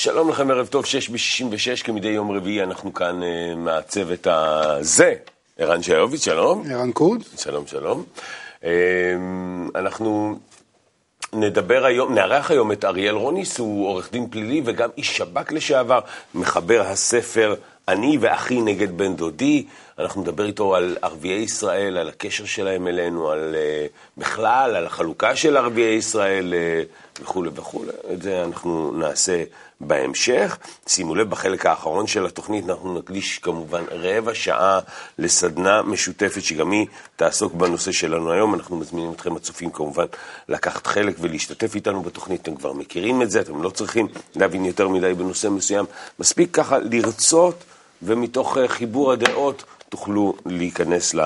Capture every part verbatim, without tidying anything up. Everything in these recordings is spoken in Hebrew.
שלום לכם, ערב טוב, שש ב-שישים ושש, כמדי יום רביעי אנחנו כאן uh, מהצוות הזה. ערן שיוביץ, שלום. ערן קוד. שלום, שלום. Uh, אנחנו נדבר היום, נערך היום את אריאל רוניס, הוא עורך דין פלילי וגם איש שב"כ לשעבר, מחבר הספר אני ואחי נגד בן דודי. אנחנו נדבר איתו על ערביי ישראל, על הקשר שלהם אלינו, על uh, בכלל, על החלוקה של ערביי ישראל uh, וכו' וכו'. את זה אנחנו נעשה בהמשך. שימו לב, בחלק האחרון של התוכנית אנחנו נקדיש כמובן רבע שעה לסדנה משותפת שגם היא תעסוק בנושא שלנו היום. אנחנו מזמינים אתכם הצופים כמובן לקחת חלק ולהשתתף איתנו בתוכנית. אתם כבר מכירים את זה, אתם לא צריכים להבין יותר מדי בנושא מסוים. מספיק ככה לרצות, ומתוך חיבור הדעות תוכלו להיכנס ל...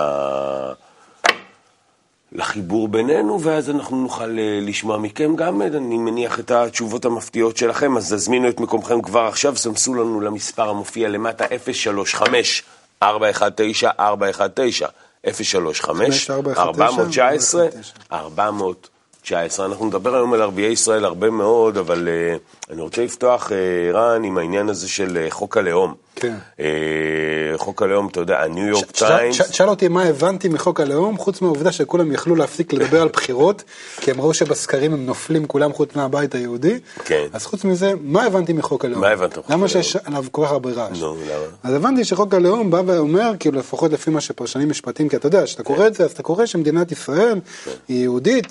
לחיבור בינינו, ואז אנחנו נוכל לשמוע מכם גם, אני מניח, את התשובות המפתיעות שלכם. אז תזמינו את מקומכם כבר עכשיו, סמסו לנו למספר המופיע למטה אפס שלוש חמש ארבע אחת תשע ארבע אחת תשע אפס שלוש חמש ארבע תשע עשרה ארבע תשע עשרה. אנחנו נדבר היום על ערביי ישראל הרבה מאוד, אבל uh, אני רוצה לפתוח, uh, רן, עם העניין הזה של uh, חוק הלאום. כן. Uh, חוק הלאום, אתה יודע, הניו יורק טיימס. שאל אותי מה הבנתי מחוק הלאום, חוץ מהעובדה שכולם יכלו להפסיק לדבר על בחירות, כי הם ראו שבסקרים הם נופלים כולם חוץ מהבית היהודי. כן. אז חוץ מזה, מה הבנתי מחוק הלאום? מה הבנת מחוק הלאום? למה שיש עליו כל כך הרבה רעש? נו, למה? אז הבנתי שחוק הלאום בא ואומר, כאילו לפחות לפי מה שפרשנים משפטים, כי אתה יודע, שאתה קורא את זה, אז אתה קורא שמדינת ישראל היא יהודית,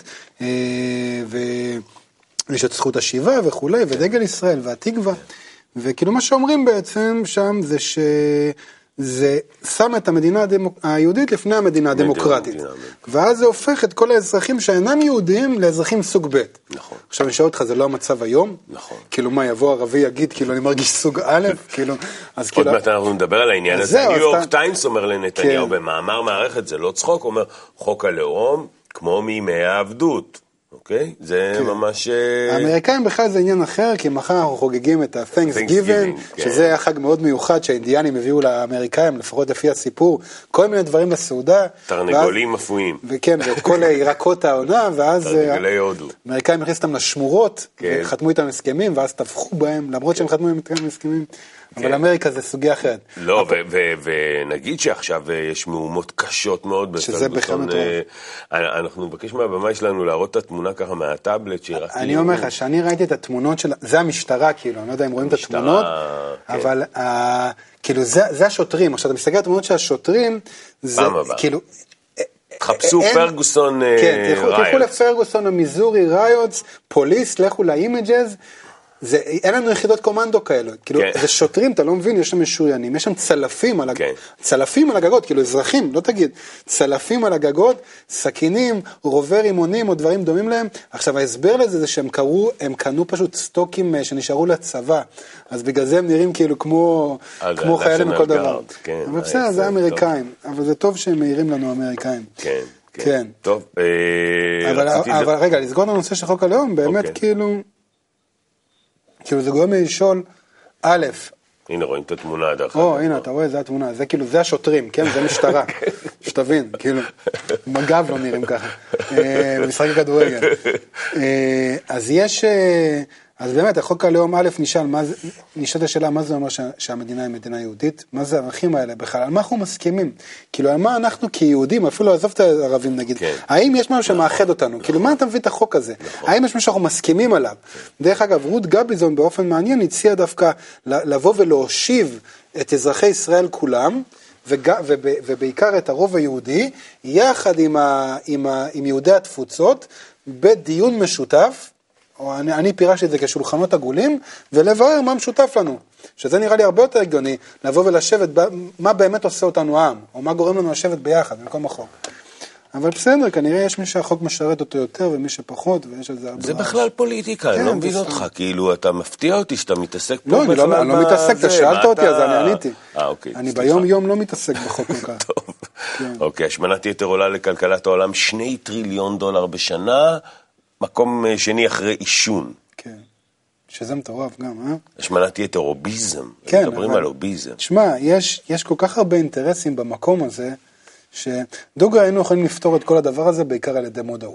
ויש את זכות השיבה וכו', ודגל ישראל והתקווה, וכאילו מה שאומרים בעצם שם זה שזה שם את המדינה היהודית לפני המדינה הדמוקרטית, ואז זה הופך את כל האזרחים שאינם יהודים לאזרחים סוג ב'. נכון. עכשיו אני שואל אותך, זה לא המצב היום? נכון. כאילו מה, יבוא ערבי יגיד, כאילו אני מרגיש סוג א', כאילו, אז כאילו... עוד מעט אנחנו נדבר על העניין הזה. הניו יורק טיימס אומר לנתניהו במאמר מערכת, זה לא צחוק, אומר חוק הלאום כמו מימי העבדות. אוקיי? זה ממש... האמריקאים בכלל זה עניין אחר, כי מחר אנחנו חוגגים את ה-Thanksgiving, שזה היה חג מאוד מיוחד שהאינדיאנים הביאו לאמריקאים, לפחות לפי הסיפור, כל מיני דברים לסעודה. תרנגולים אפויים. וכן, ואת כל ירקות העונה, ואז... תרנגולי הודו. האמריקאים הכניסו אותם לשמורות, וחתמו איתם הסכמים, ואז טבחו בהם, למרות שהם חתמו איתם הסכמים. אבל אמריקה זה סוגיה אחרת. לא, ונגיד שעכשיו יש מהומות קשות מאוד. שזה בחמת רוב. אנחנו נבקש מהבמה שלנו להראות את התמונה ככה מהטאבלט. אני אומר לך, שאני ראיתי את התמונות של... זה המשטרה, כאילו, אני לא יודע אם רואים את התמונות, אבל כאילו זה השוטרים. עכשיו, אתה מסתכל על התמונות של השוטרים, זה כאילו... תחפשו פרגוסון ריוטס. כן, תלכו לפרגוסון, המיזורי ריוטס, פוליס, לכו לאימג'ז, זה, אין לנו יחידות קומנדו כאלה, כאילו, כן. זה שוטרים, אתה לא מבין, יש שם משוריינים, יש שם צלפים על, כן. צלפים על הגגות, כאילו אזרחים, לא תגיד, צלפים על הגגות, סכינים, רובי רימונים או דברים דומים להם. עכשיו ההסבר לזה זה שהם קראו, הם קנו פשוט סטוקים שנשארו לצבא, אז בגלל זה הם נראים כאילו כמו, כמו חיילים מכל דבר. כן, אבל בסדר, זה אמריקאים, אבל זה טוב שהם מהירים לנו אמריקאים. כן, כן. כן. טוב, אבל, אבל ל... רגע, לסגור את הנושא של חוק הלאום, באמת אוקיי. כאילו... כאילו זה גורם לי לשאול, א', הנה רואים את התמונה דרך אגב. או, הנה, אתה רואה, זה התמונה, זה כאילו, זה השוטרים, כן, זה משטרה, שתבין, כאילו, מג"ב לא נראים ככה, משחק כדורגל. אז יש, אז באמת, החוק הלאום א' נשאל, נשאלת השאלה, מה זה אומר שהמדינה היא מדינה יהודית? מה זה הערכים האלה בכלל? על מה אנחנו מסכימים? כאילו, על מה אנחנו כיהודים, אפילו עזוב את הערבים נגיד, האם יש משהו שמאחד אותנו? כאילו, מה אתה מביא את החוק הזה? האם יש משהו שאנחנו מסכימים עליו? דרך אגב, רות גביזון באופן מעניין הציע דווקא לבוא ולהושיב את אזרחי ישראל כולם, ובעיקר את הרוב היהודי, יחד עם יהודי התפוצות, בדיון משותף, או אני, אני פירשתי את זה כשולחנות עגולים, ולברר מה משותף לנו. שזה נראה לי הרבה יותר הגיוני, לבוא ולשבת מה באמת עושה אותנו העם, או מה גורם לנו לשבת ביחד, במקום החוק. אבל בסדר, כנראה יש מי שהחוק משרת אותו יותר, ומי שפחות, ויש על זה הרבה... זה בכלל פוליטיקה, אני לא מבין אותך, כאילו, אתה מפתיע אותי שאתה מתעסק פה... לא, אני לא מתעסק, אתה שאלת אותי, אז אני עניתי. אה, אוקיי. אני ביום יום לא מתעסק בחוק כל כך. טוב. אוקיי, השמנת יתר עולה לכלכלת העולם שני טריליון דולר בשנה, מקום שני אחרי עישון. כן. שזה מטורף גם, אה? השמנת יתר, אוביזם. כן. מדברים על אוביזם. תשמע, יש, יש כל כך הרבה אינטרסים במקום הזה, שדוגרי היינו יכולים לפתור את כל הדבר הזה בעיקר על ידי מודעות.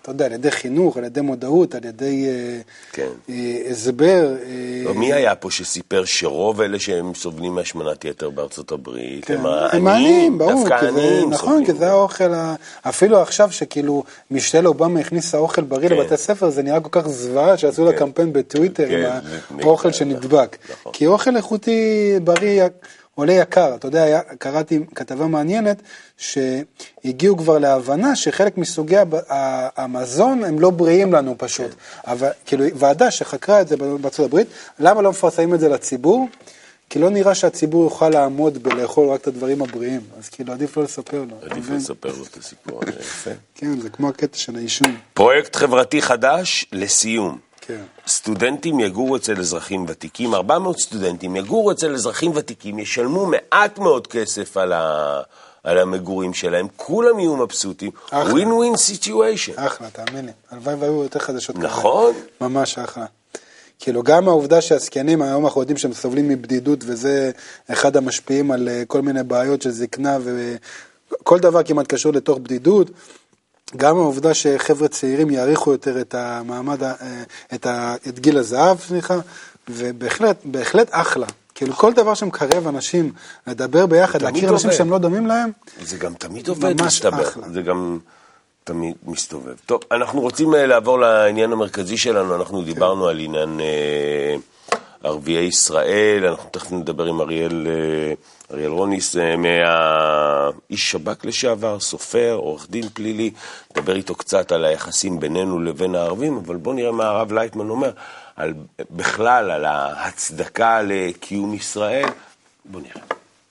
אתה יודע, על ידי חינוך, על ידי מודעות, על ידי כן. הסבר. לא, מי היה פה שסיפר שרוב אלה שהם סובלים מהשמנת יתר בארצות הברית, כן. הם הם העניים, ברור, דווקא העניים נכון, כי זה האוכל, אפילו עכשיו שכאילו מישל אובמה הכניס האוכל בריא כן. לבתי ספר, זה נראה כל כך זוועה שעשו כן. לה קמפיין בטוויטר כן. עם האוכל שנדבק. נכון. כי אוכל איכותי בריא עולה יקר. אתה יודע, קראתי כתבה מעניינת שהגיעו כבר להבנה שחלק מסוגי המזון הם לא בריאים לנו פשוט. כן. אבל כאילו ועדה שחקרה את זה בארצות הברית, למה לא מפרסמים את זה לציבור? כי לא נראה שהציבור יוכל לעמוד בלאכול רק את הדברים הבריאים. אז כאילו עדיף לא לספר לו. עדיף לא לספר לו את הסיפור. כן, זה כמו הקטע של העישון. פרויקט חברתי חדש לסיום. כן. סטודנטים יגורו אצל אזרחים ותיקים, ארבע מאות סטודנטים יגורו אצל אזרחים ותיקים, ישלמו מעט מאוד כסף על, ה... על המגורים שלהם, כולם יהיו מבסוטים. ווין ווין סיטואשן. אחלה, תאמין לי. הלוואי והיו יותר חדשות. נכון. כזה. ממש אחלה. כאילו גם העובדה שהזקנים היום אנחנו יודעים שהם סובלים מבדידות, וזה אחד המשפיעים על כל מיני בעיות של זקנה, וכל דבר כמעט קשור לתוך בדידות. גם העובדה שחבר'ה צעירים יעריכו יותר את המעמד, את, ה, את גיל הזהב, סליחה, ובהחלט, בהחלט אחלה. כאילו כל דבר שמקרב אנשים לדבר ביחד, להכיר אנשים עובד. שהם לא דומים להם. זה גם תמיד עובד, מסתבר. אחלה. זה גם תמיד מסתובב. טוב, אנחנו רוצים לעבור לעניין המרכזי שלנו, אנחנו כן. דיברנו על עניין אה, ערביי ישראל, אנחנו תכף נדבר עם אריאל, אה, אריאל רוניס, אה, מהאיש שב"כ לשעבר, סופר, עורך דין פלילי, נדבר איתו קצת על היחסים בינינו לבין הערבים, אבל בוא נראה מה הרב לייטמן אומר, על, בכלל על ההצדקה לקיום ישראל, בוא נראה.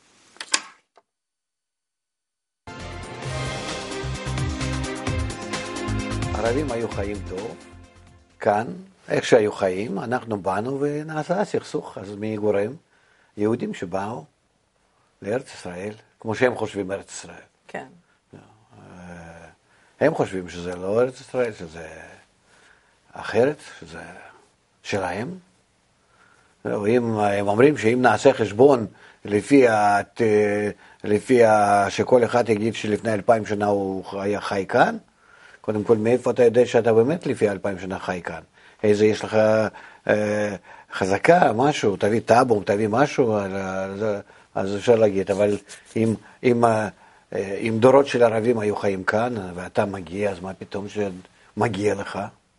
ערבים היו חיים טוב, כאן, איך שהיו חיים, אנחנו באנו ונעשה סכסוך, אז מי גורם? יהודים שבאו לארץ ישראל, כמו שהם חושבים ארץ ישראל. כן. הם חושבים שזה לא ארץ ישראל, שזה אחרת, שזה שלהם. הם, הם אומרים שאם נעשה חשבון לפי, הת, לפי ה, שכל אחד יגיד שלפני אלפיים שנה הוא היה חי כאן, קודם כל, מאיפה אתה יודע שאתה באמת לפי אלפיים שנה חי כאן? איזה יש לך אה, חזקה, משהו, תביא טאבום, תביא משהו, אז, אז אפשר להגיד. אבל אם, אם, אה, אם דורות של ערבים היו חיים כאן, ואתה מגיע, אז מה פתאום שמגיע לך?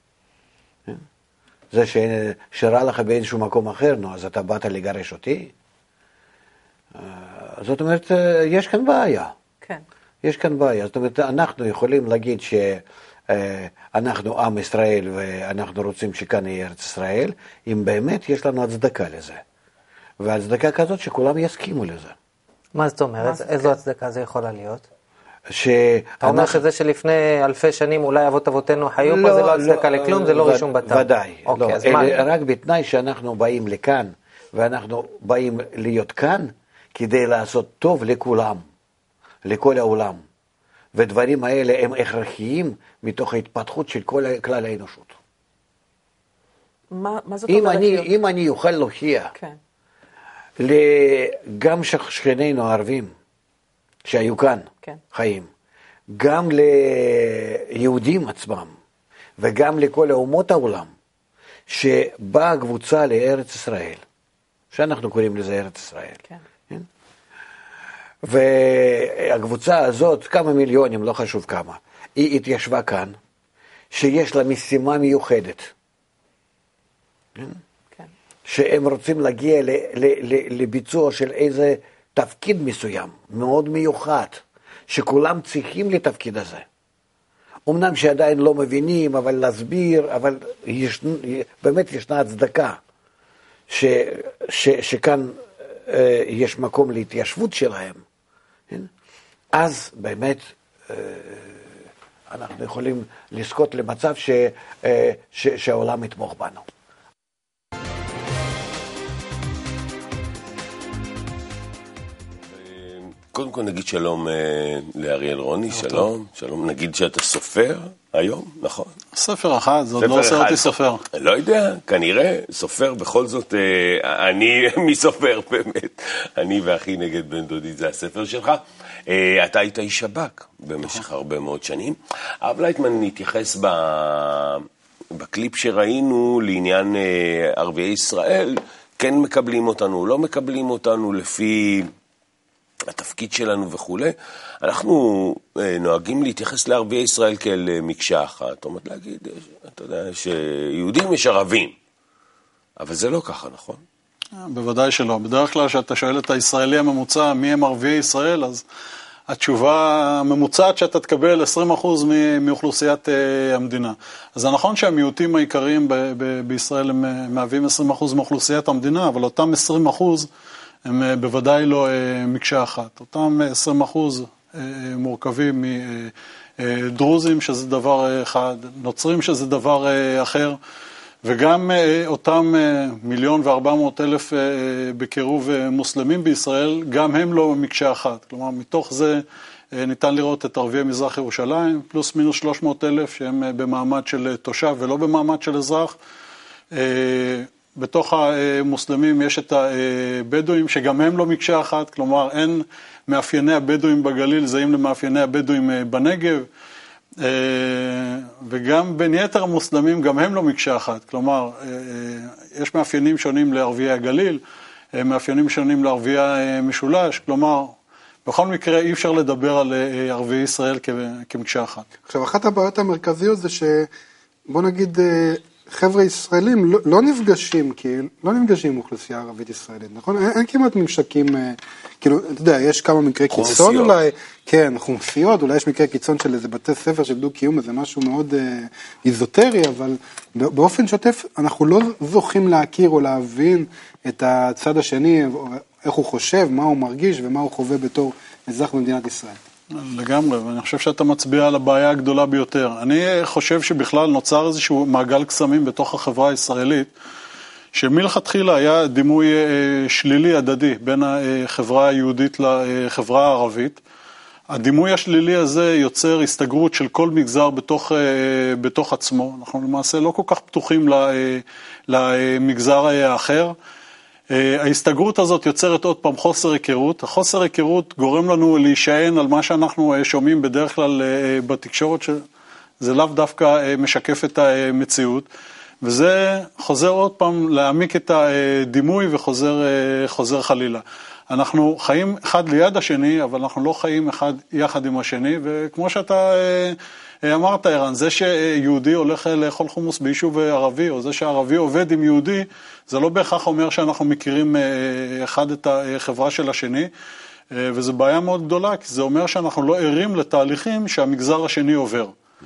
זה ש, שרע לך באיזשהו מקום אחר, נו, אז אתה באת לגרש אותי? אה, זאת אומרת, יש כאן בעיה. כן. יש כאן בעיה, זאת אומרת, אנחנו יכולים להגיד שאנחנו עם ישראל ואנחנו רוצים שכאן יהיה ארץ ישראל, אם באמת יש לנו הצדקה לזה. והצדקה כזאת שכולם יסכימו לזה. מה זאת אומרת? איזו הצדקה זה יכולה להיות? אתה אומר שזה שלפני אלפי שנים אולי אבות אבותינו חיו פה, זה לא הצדקה לכלום, זה לא רישום בטאבו. ודאי, רק בתנאי שאנחנו באים לכאן, ואנחנו באים להיות כאן, כדי לעשות טוב לכולם. לכל העולם. ודברים האלה הם הכרחיים מתוך ההתפתחות של כל כלל האנושות. מה, מה זאת אם אומרת? אני, אם אני אוכל להוכיח, כן. גם שכנינו הערבים שהיו כאן, כן. חיים, גם ליהודים עצמם, וגם לכל האומות העולם, שבאה קבוצה לארץ ישראל, שאנחנו קוראים לזה ארץ ישראל. כן. והקבוצה הזאת, כמה מיליונים, לא חשוב כמה, היא התיישבה כאן, שיש לה משימה מיוחדת. כן. שהם רוצים להגיע ל, ל, ל, לביצוע של איזה תפקיד מסוים, מאוד מיוחד, שכולם צריכים לתפקיד הזה. אמנם שעדיין לא מבינים, אבל להסביר, אבל יש, באמת ישנה הצדקה, ש, ש, שכאן אה, יש מקום להתיישבות שלהם. אז באמת אנחנו יכולים לזכות למצב ש, ש, שהעולם יתמוך בנו. קודם כל נגיד שלום לאריאל רוני, שלום, שלום, נגיד שאתה סופר. היום, נכון. ספר אחד, זה עוד לא עושה אותי סופר. לא יודע, כנראה, סופר, בכל זאת, אני מי סופר באמת. אני ואחי נגד בן דודי, זה הספר שלך. אתה היית איש שב"כ במשך הרבה מאוד שנים. הרב לייטמן נתייחס ב... בקליפ שראינו לעניין ערביי ישראל, כן מקבלים אותנו, לא מקבלים אותנו לפי התפקיד שלנו וכו'. אנחנו נוהגים להתייחס לערביי ישראל כאל מקשה אחת. זאת אומרת, להגיד, אתה יודע, שיהודים יש ערבים. אבל זה לא ככה, נכון? בוודאי שלא. בדרך כלל שאתה שואל את הישראלי הממוצע מי הם ערביי ישראל, אז התשובה הממוצעת שאתה תקבל עשרים אחוז מאוכלוסיית המדינה. אז זה נכון שהמיעוטים העיקריים ב- ב- בישראל הם מהווים עשרים אחוז מאוכלוסיית המדינה, אבל אותם עשרים אחוז הם בוודאי לא מקשה אחת. אותם עשרים אחוז מורכבים מדרוזים, שזה דבר אחד, נוצרים, שזה דבר אחר, וגם אותם מיליון וארבע מאות אלף בקירוב מוסלמים בישראל, גם הם לא מקשה אחת. כלומר, מתוך זה ניתן לראות את ערביי מזרח ירושלים, פלוס מינוס שלוש מאות אלף שהם במעמד של תושב ולא במעמד של אזרח. בתוך המוסלמים יש את הבדואים שגם הם לא מקשה אחת, כלומר אין מאפייני הבדואים בגליל זהים למאפייני הבדואים בנגב, וגם בין יתר המוסלמים גם הם לא מקשה אחת, כלומר יש מאפיינים שונים לערביי הגליל, מאפיינים שונים לערביי משולש, כלומר בכל מקרה אי אפשר לדבר על ערביי ישראל כמקשה אחת. עכשיו אחת הבעיות המרכזיות זה שבוא נגיד חבר'ה ישראלים לא, לא נפגשים, כי לא נפגשים עם אוכלוסייה ערבית ישראלית, נכון? אין, אין כמעט ממשקים, כאילו, אתה יודע, יש כמה מקרי קיצון אולי, כן, חומפיות, אולי יש מקרי קיצון של איזה בתי ספר של דו קיום, איזה משהו מאוד אה, איזוטרי, אבל באופן שוטף אנחנו לא זוכים להכיר או להבין את הצד השני, איך הוא חושב, מה הוא מרגיש ומה הוא חווה בתור אזרח במדינת ישראל. לגמרי, ואני חושב שאתה מצביע על הבעיה הגדולה ביותר. אני חושב שבכלל נוצר איזשהו מעגל קסמים בתוך החברה הישראלית, שמלכתחילה היה דימוי שלילי הדדי בין החברה היהודית לחברה הערבית. הדימוי השלילי הזה יוצר הסתגרות של כל מגזר בתוך, בתוך עצמו. אנחנו למעשה לא כל כך פתוחים למגזר האחר. ההסתגרות הזאת יוצרת עוד פעם חוסר היכרות. החוסר היכרות גורם לנו להישען על מה שאנחנו שומעים בדרך כלל בתקשורת, שזה לאו דווקא משקף את המציאות, וזה חוזר עוד פעם להעמיק את הדימוי וחוזר חוזר חלילה. אנחנו חיים אחד ליד השני, אבל אנחנו לא חיים אחד יחד עם השני, וכמו שאתה אמרת, ערן, זה שיהודי הולך לאכול חומוס ביישוב ערבי, או זה שערבי עובד עם יהודי, זה לא בהכרח אומר שאנחנו מכירים אחד את החברה של השני, וזו בעיה מאוד גדולה, כי זה אומר שאנחנו לא ערים לתהליכים שהמגזר השני עובר.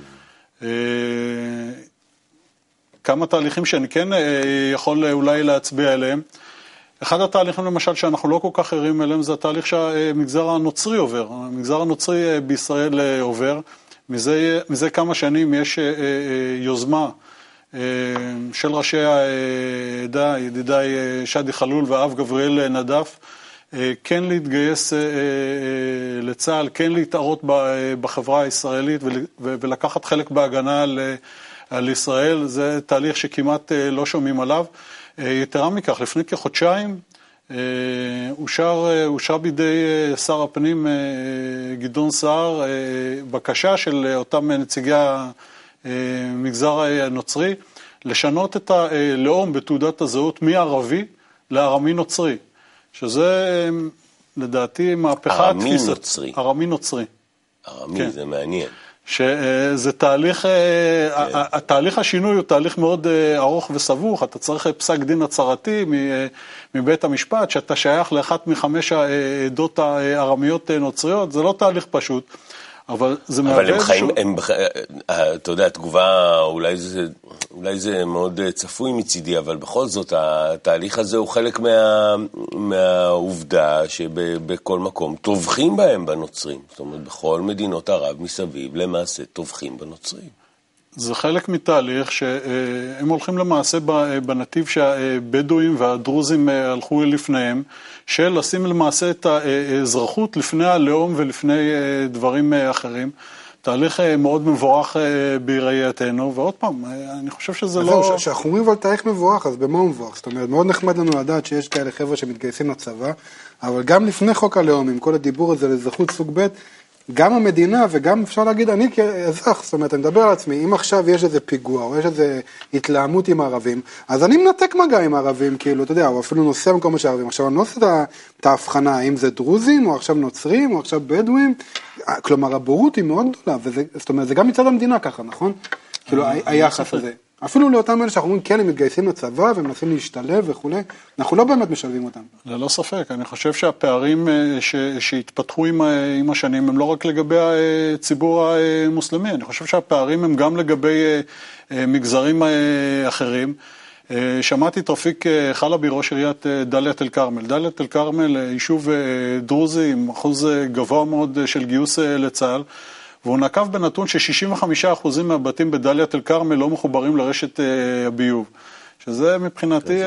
כמה תהליכים שאני כן יכול אולי להצביע אליהם. אחד התהליכים למשל שאנחנו לא כל כך ערים אליהם, זה התהליך שהמגזר הנוצרי עובר. המגזר הנוצרי בישראל עובר. מזה, מזה כמה שנים יש יוזמה של ראשי העדה, ידידיי שדי חלול ואב גבריאל נדף, כן להתגייס לצה"ל, כן להתערות בחברה הישראלית ולקחת חלק בהגנה על, על ישראל. זה תהליך שכמעט לא שומעים עליו. יתרה מכך, לפני כחודשיים אושר, אושר בידי שר הפנים גדעון סער בקשה של אותם נציגי המגזר הנוצרי לשנות את הלאום בתעודת הזהות מערבי לארמי נוצרי, שזה לדעתי מהפכה ארמי נוצרי. ארמי נוצרי. ארמי, כן. זה מעניין. שזה תהליך, כן. התהליך השינוי הוא תהליך מאוד ארוך וסבוך, אתה צריך פסק דין הצהרתי מבית המשפט, שאתה שייך לאחת מחמש העדות הארמיות נוצריות, זה לא תהליך פשוט, אבל זה מהווה אבל הם חיים, הם, אתה יודע, התגובה, אולי זה, אולי זה מאוד צפוי מצידי, אבל בכל זאת, התהליך הזה הוא חלק מה, מהעובדה שבכל מקום טובחים בהם בנוצרים. זאת אומרת, בכל מדינות ערב מסביב למעשה טובחים בנוצרים. זה חלק מתהליך שהם הולכים למעשה בנתיב שהבדואים והדרוזים הלכו לפניהם, של לשים למעשה את האזרחות לפני הלאום ולפני דברים אחרים. תהליך מאוד מבורך בראייתנו, ועוד פעם, אני חושב שזה לא... זהו, שאנחנו אומרים אבל תהליך מבורך, אז במה הוא מבורך? זאת אומרת, מאוד נחמד לנו לדעת שיש כאלה חבר'ה שמתגייסים לצבא, אבל גם לפני חוק הלאום, עם כל הדיבור הזה לאזרחות סוג ב', גם המדינה וגם אפשר להגיד, אני כאזרח, זאת אומרת, אני מדבר על עצמי, אם עכשיו יש איזה פיגוע או יש איזה התלהמות עם הערבים, אז אני מנתק מגע עם הערבים, כאילו, אתה יודע, או אפילו נוסע במקום של הערבים. עכשיו, אני לא עושה את ההבחנה, האם זה דרוזים, או עכשיו נוצרים, או עכשיו בדואים, כלומר, הבורות היא מאוד גדולה, וזה, זאת אומרת, זה גם מצד המדינה ככה, נכון? כאילו, היחס הזה. אפילו לאותם אלה שאנחנו אומרים, כן, הם מתגייסים לצבא, והם מנסים להשתלב וכו', אנחנו לא באמת משלבים אותם. ללא ספק, אני חושב שהפערים ש, שהתפתחו עם, עם השנים, הם לא רק לגבי הציבור המוסלמי, אני חושב שהפערים הם גם לגבי מגזרים אחרים. שמעתי את רפיק חלבי, ראש עיריית דאלית אל כרמל. דאלית אל כרמל, יישוב דרוזי עם אחוז גבוה מאוד של גיוס לצה"ל, והוא נקב בנתון ש-שישים וחמישה אחוז מהבתים בדאלית אל כרמל לא מחוברים לרשת הביוב, שזה מבחינתי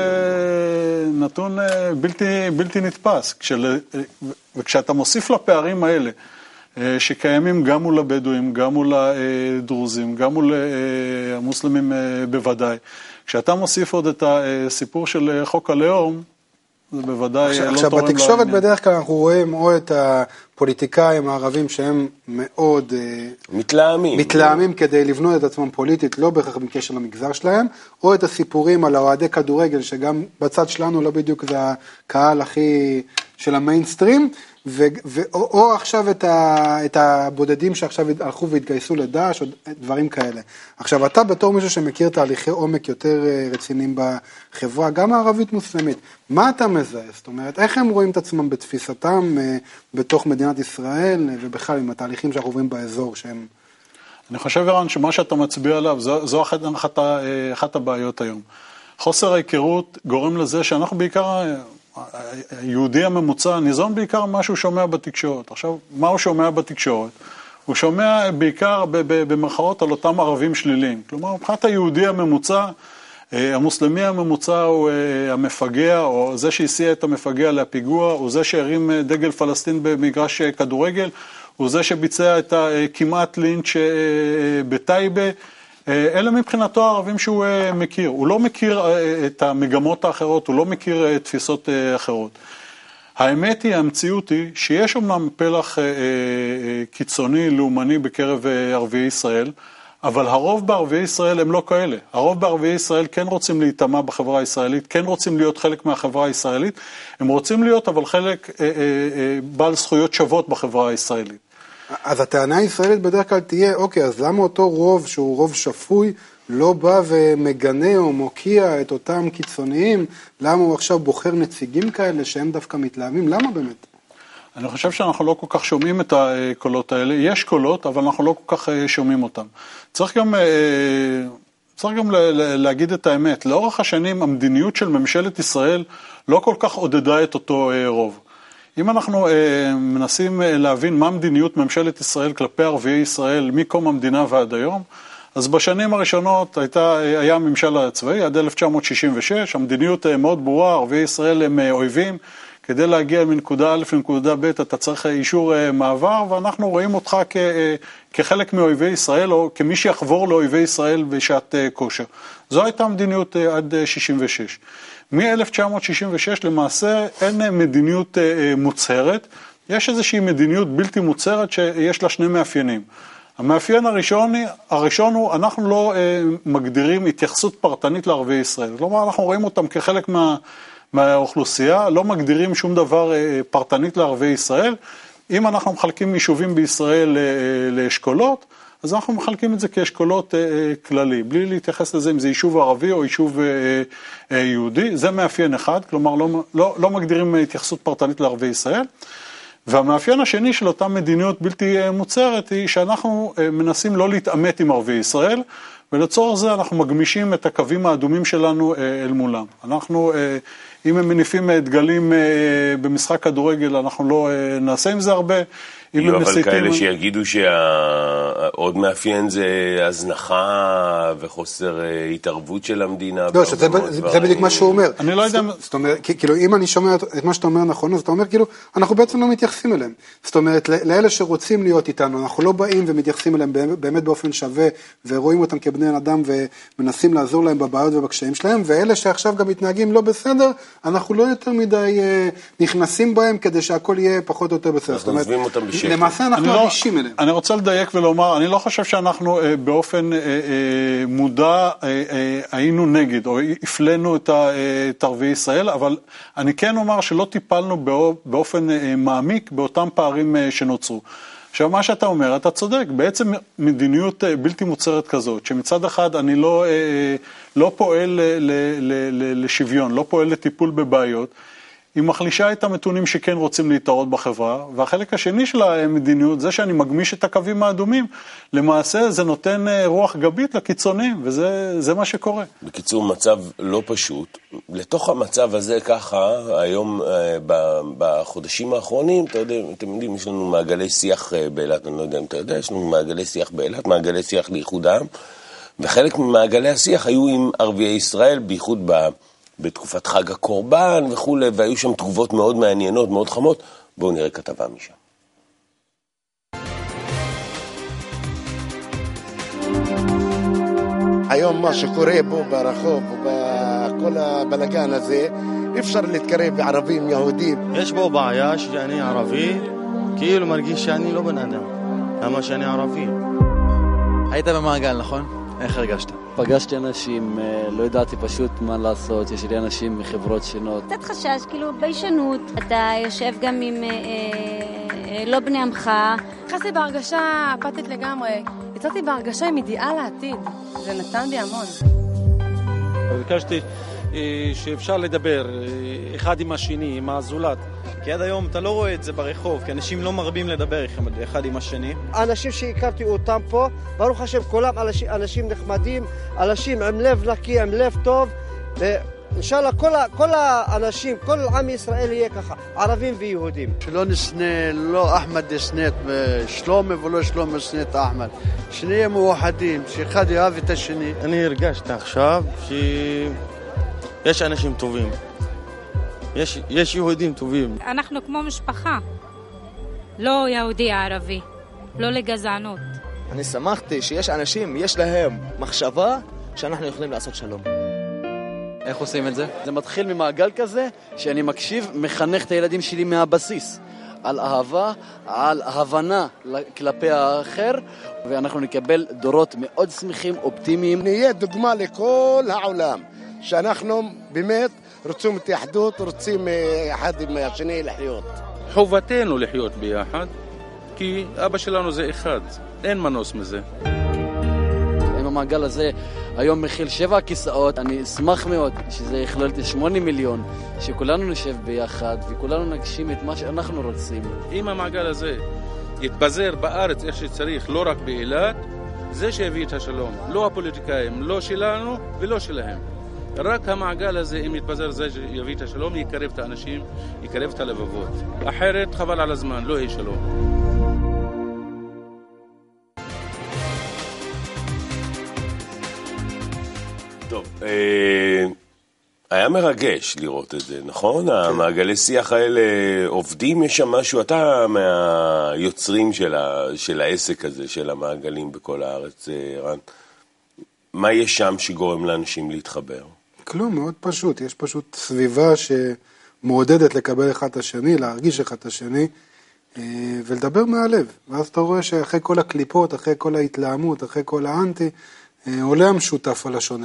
נתון בלתי, בלתי נתפס. כשל... וכשאתה מוסיף לפערים האלה, שקיימים גם מול הבדואים, גם מול הדרוזים, גם מול המוסלמים בוודאי, כשאתה מוסיף עוד את הסיפור של חוק הלאום, זה בוודאי עכשיו, לא עכשיו תורם בתקשורת לעניין. בדרך כלל אנחנו רואים או את הפוליטיקאים הערבים שהם מאוד מתלהמים. מתלהמים כדי לבנות את עצמם פוליטית, לא בהכרח בקשר למגזר שלהם, או את הסיפורים על האוהדי כדורגל, שגם בצד שלנו לא בדיוק זה הקהל הכי של המיינסטרים, ו, ו, או, או עכשיו את, ה, את הבודדים שעכשיו הלכו והתגייסו לדאעש, או דברים כאלה. עכשיו, אתה בתור מישהו שמכיר תהליכי עומק יותר רציניים בחברה, גם הערבית מוסלמית, מה אתה מזהה? זאת אומרת, איך הם רואים את עצמם בתפיסתם בתוך מדינת ישראל, ובכלל עם התהליכים שאנחנו רואים באזור שהם... אני חושב, אירן, שמה שאתה מצביע עליו, זו, זו אחת, אחת, אחת הבעיות היום. חוסר ההיכרות גורם לזה שאנחנו בעיקר... היהודי הממוצע ניזון בעיקר מה שהוא שומע בתקשורת. עכשיו, מה הוא שומע בתקשורת? הוא שומע בעיקר במרכאות על אותם ערבים שליליים. כלומר, מבחינת היהודי הממוצע, המוסלמי הממוצע הוא המפגע, או זה שהסיע את המפגע להפיגוע, הוא זה שהרים דגל פלסטין במגרש כדורגל, הוא זה שביצע את כמעט לינץ' בטייבה, אלה מבחינתו הערבים שהוא מכיר. הוא לא מכיר את המגמות האחרות, הוא לא מכיר תפיסות אחרות. האמת היא, המציאות היא, שיש אומנם פלח קיצוני, לאומני בקרב ערביי ישראל, אבל הרוב בערביי ישראל הם לא כאלה. הרוב בערביי ישראל כן רוצים להתאמה בחברה הישראלית, כן רוצים להיות חלק מהחברה הישראלית, הם רוצים להיות אבל חלק בעל זכויות שוות בחברה הישראלית. אז הטענה הישראלית בדרך כלל תהיה, אוקיי, אז למה אותו רוב שהוא רוב שפוי לא בא ומגנה או מוקיע את אותם קיצוניים? למה הוא עכשיו בוחר נציגים כאלה שהם דווקא מתלהמים? למה באמת? אני חושב שאנחנו לא כל כך שומעים את הקולות האלה. יש קולות, אבל אנחנו לא כל כך שומעים אותם. צריך גם, צריך גם להגיד את האמת. לאורך השנים המדיניות של ממשלת ישראל לא כל כך עודדה את אותו רוב. אם אנחנו אה, מנסים להבין מה מדיניות ממשלת ישראל כלפי ערביי ישראל מקום המדינה ועד היום, אז בשנים הראשונות הייתה, היה ממשל הצבאי עד אלף תשע מאות שישים ושש, המדיניות מאוד ברורה, ערביי ישראל הם אויבים, כדי להגיע מנקודה א' לנקודה ב' אתה צריך אישור מעבר, ואנחנו רואים אותך כ, כחלק מאויבי ישראל, או כמי שיחבור לאויבי ישראל בשעת כושר. זו הייתה המדיניות עד שישים ושש. מ-אלף תשע מאות שישים ושש למעשה אין מדיניות מוצהרת, יש איזושהי מדיניות בלתי מוצהרת שיש לה שני מאפיינים. המאפיין הראשון, הראשון הוא, אנחנו לא מגדירים התייחסות פרטנית לערביי ישראל. כלומר, אנחנו רואים אותם כחלק מה, מהאוכלוסייה, לא מגדירים שום דבר פרטנית לערביי ישראל. אם אנחנו מחלקים יישובים בישראל לאשכולות, אז אנחנו מחלקים את זה כאשכולות כללי, בלי להתייחס לזה אם זה יישוב ערבי או יישוב יהודי. זה מאפיין אחד, כלומר לא, לא, לא מגדירים התייחסות פרטנית לערבי ישראל. והמאפיין השני של אותה מדיניות בלתי מוצהרת היא שאנחנו מנסים לא להתעמת עם ערבי ישראל, ולצורך זה אנחנו מגמישים את הקווים האדומים שלנו אל מולם. אנחנו, אם הם מניפים דגלים במשחק כדורגל, אנחנו לא נעשה עם זה הרבה. יהיו אבל כאלה שיגידו שעוד מאפיין זה הזנחה וחוסר התערבות של המדינה. לא, זה בדיוק מה שהוא אומר. אני לא יודע... זאת אומרת, כאילו, אם אני שומע את מה שאתה אומר נכון, אז אתה אומר, כאילו, אנחנו בעצם לא מתייחסים אליהם. זאת אומרת, לאלה שרוצים להיות איתנו, אנחנו לא באים ומתייחסים אליהם באמת באופן שווה, ורואים אותם כבני אדם ומנסים לעזור להם בבעיות ובקשיים שלהם, ואלה שעכשיו גם מתנהגים לא בסדר, אנחנו לא יותר מדי נכנסים בהם כדי שהכל יהיה פחות או יותר בסדר. אנחנו עוזבים אותם בשקט. למעשה אנחנו אדישים אליהם. אני רוצה לדייק ולומר, אני לא חושב שאנחנו באופן מודע היינו נגד, או הפלנו את ערביי ישראל, אבל אני כן אומר שלא טיפלנו באופן מעמיק באותם פערים שנוצרו. עכשיו, מה שאתה אומר, אתה צודק, בעצם מדיניות בלתי מוצרת כזאת, שמצד אחד אני לא, לא פועל לשוויון, לא פועל לטיפול בבעיות, היא מחלישה את המתונים שכן רוצים להתערות בחברה, והחלק השני של המדיניות, זה שאני מגמיש את הקווים האדומים, למעשה זה נותן רוח גבית לקיצונים, וזה זה מה שקורה. בקיצור, מצב לא פשוט. לתוך המצב הזה ככה, היום בחודשים האחרונים, אתה יודע, אתם יודעים, יש לנו מעגלי שיח באילת, אני לא יודע אם אתה יודע, יש לנו מעגלי שיח באילת, מעגלי שיח לאיחוד העם, וחלק ממעגלי השיח היו עם ערביי ישראל, בייחוד ב... בתקופת חג הקורבן וכו', והיו שם תגובות מאוד מעניינות, מאוד חמות. בואו נראה כתבה משם. היום מה שקורה פה ברחוב ובכל הבלגן הזה, אפשר להתקרב בערבים יהודים. יש פה בעיה שאני ערבי, כאילו מרגיש שאני לא בן אדם, למה שאני ערבי. היית במעגל, נכון? איך הרגשת? פגשתי אנשים, לא ידעתי פשוט מה לעשות, יש לי אנשים מחברות שונות. קצת חשש, כאילו ביישנות, אתה יושב גם עם אה, לא בני עמך. נכנסתי בהרגשה אפתית לגמרי, יצאתי בהרגשה עם אידיאל העתיד, זה נתן לי המון. ביקשתי שאפשר לדבר אחד עם השני, עם הזולת. כי עד היום אתה לא רואה את זה ברחוב, כי אנשים לא מרבים לדבר אחד עם השני. האנשים שהכרתי אותם פה, ברוך השם, כולם אנשים נחמדים, אנשים עם לב נקי, עם לב טוב, ואינשאללה כל, כל האנשים, כל עם ישראל יהיה ככה, ערבים ויהודים. שלא נשנא, לא אחמד ישנא את שלומי ולא שלומי ישנא את אחמד. שנהיה מאוחדים, שאחד יאהב את השני. אני הרגשת עכשיו שיש אנשים טובים. יש, יש יהודים טובים. אנחנו כמו משפחה, לא יהודי ערבי, לא לגזענות. אני שמחתי שיש אנשים, יש להם מחשבה שאנחנו יכולים לעשות שלום. איך עושים את זה? זה מתחיל ממעגל כזה שאני מקשיב, מחנך את הילדים שלי מהבסיס. על אהבה, על הבנה כלפי האחר, ואנחנו נקבל דורות מאוד שמחים, אופטימיים. נהיה דוגמה לכל העולם, שאנחנו באמת רוצים התייחדות, רוצים אחד עם השני לחיות. חובתנו לחיות ביחד, כי אבא שלנו זה אחד, אין מנוס מזה. אם המעגל הזה היום מכיל שבע כיסאות, אני אשמח מאוד שזה יכלול את שמונה מיליון, שכולנו נשב ביחד וכולנו נגשים את מה שאנחנו רוצים. אם המעגל הזה יתבזר בארץ איך שצריך, לא רק באילת, זה שהביא את השלום, לא הפוליטיקאים, לא שלנו ולא שלהם. רק המעגל הזה, אם יתבזר, זה יביא את השלום, יקרב את האנשים, יקרב את הלבבות. אחרת, חבל על הזמן, לא יהיה שלום. טוב, אה, היה מרגש לראות את זה, נכון? כן. המעגלי שיח האלה עובדים, יש שם משהו, אתה מהיוצרים של, ה, של העסק הזה, של המעגלים בכל הארץ, רן. מה יש שם שגורם לאנשים להתחבר? כלום, מאוד פשוט. יש פשוט סביבה שמעודדת לקבל אחד את השני, להרגיש אחד את השני, ולדבר מהלב. ואז אתה רואה שאחרי כל הקליפות, אחרי כל ההתלהמות, אחרי כל האנטי, עולה המשותף על השונה.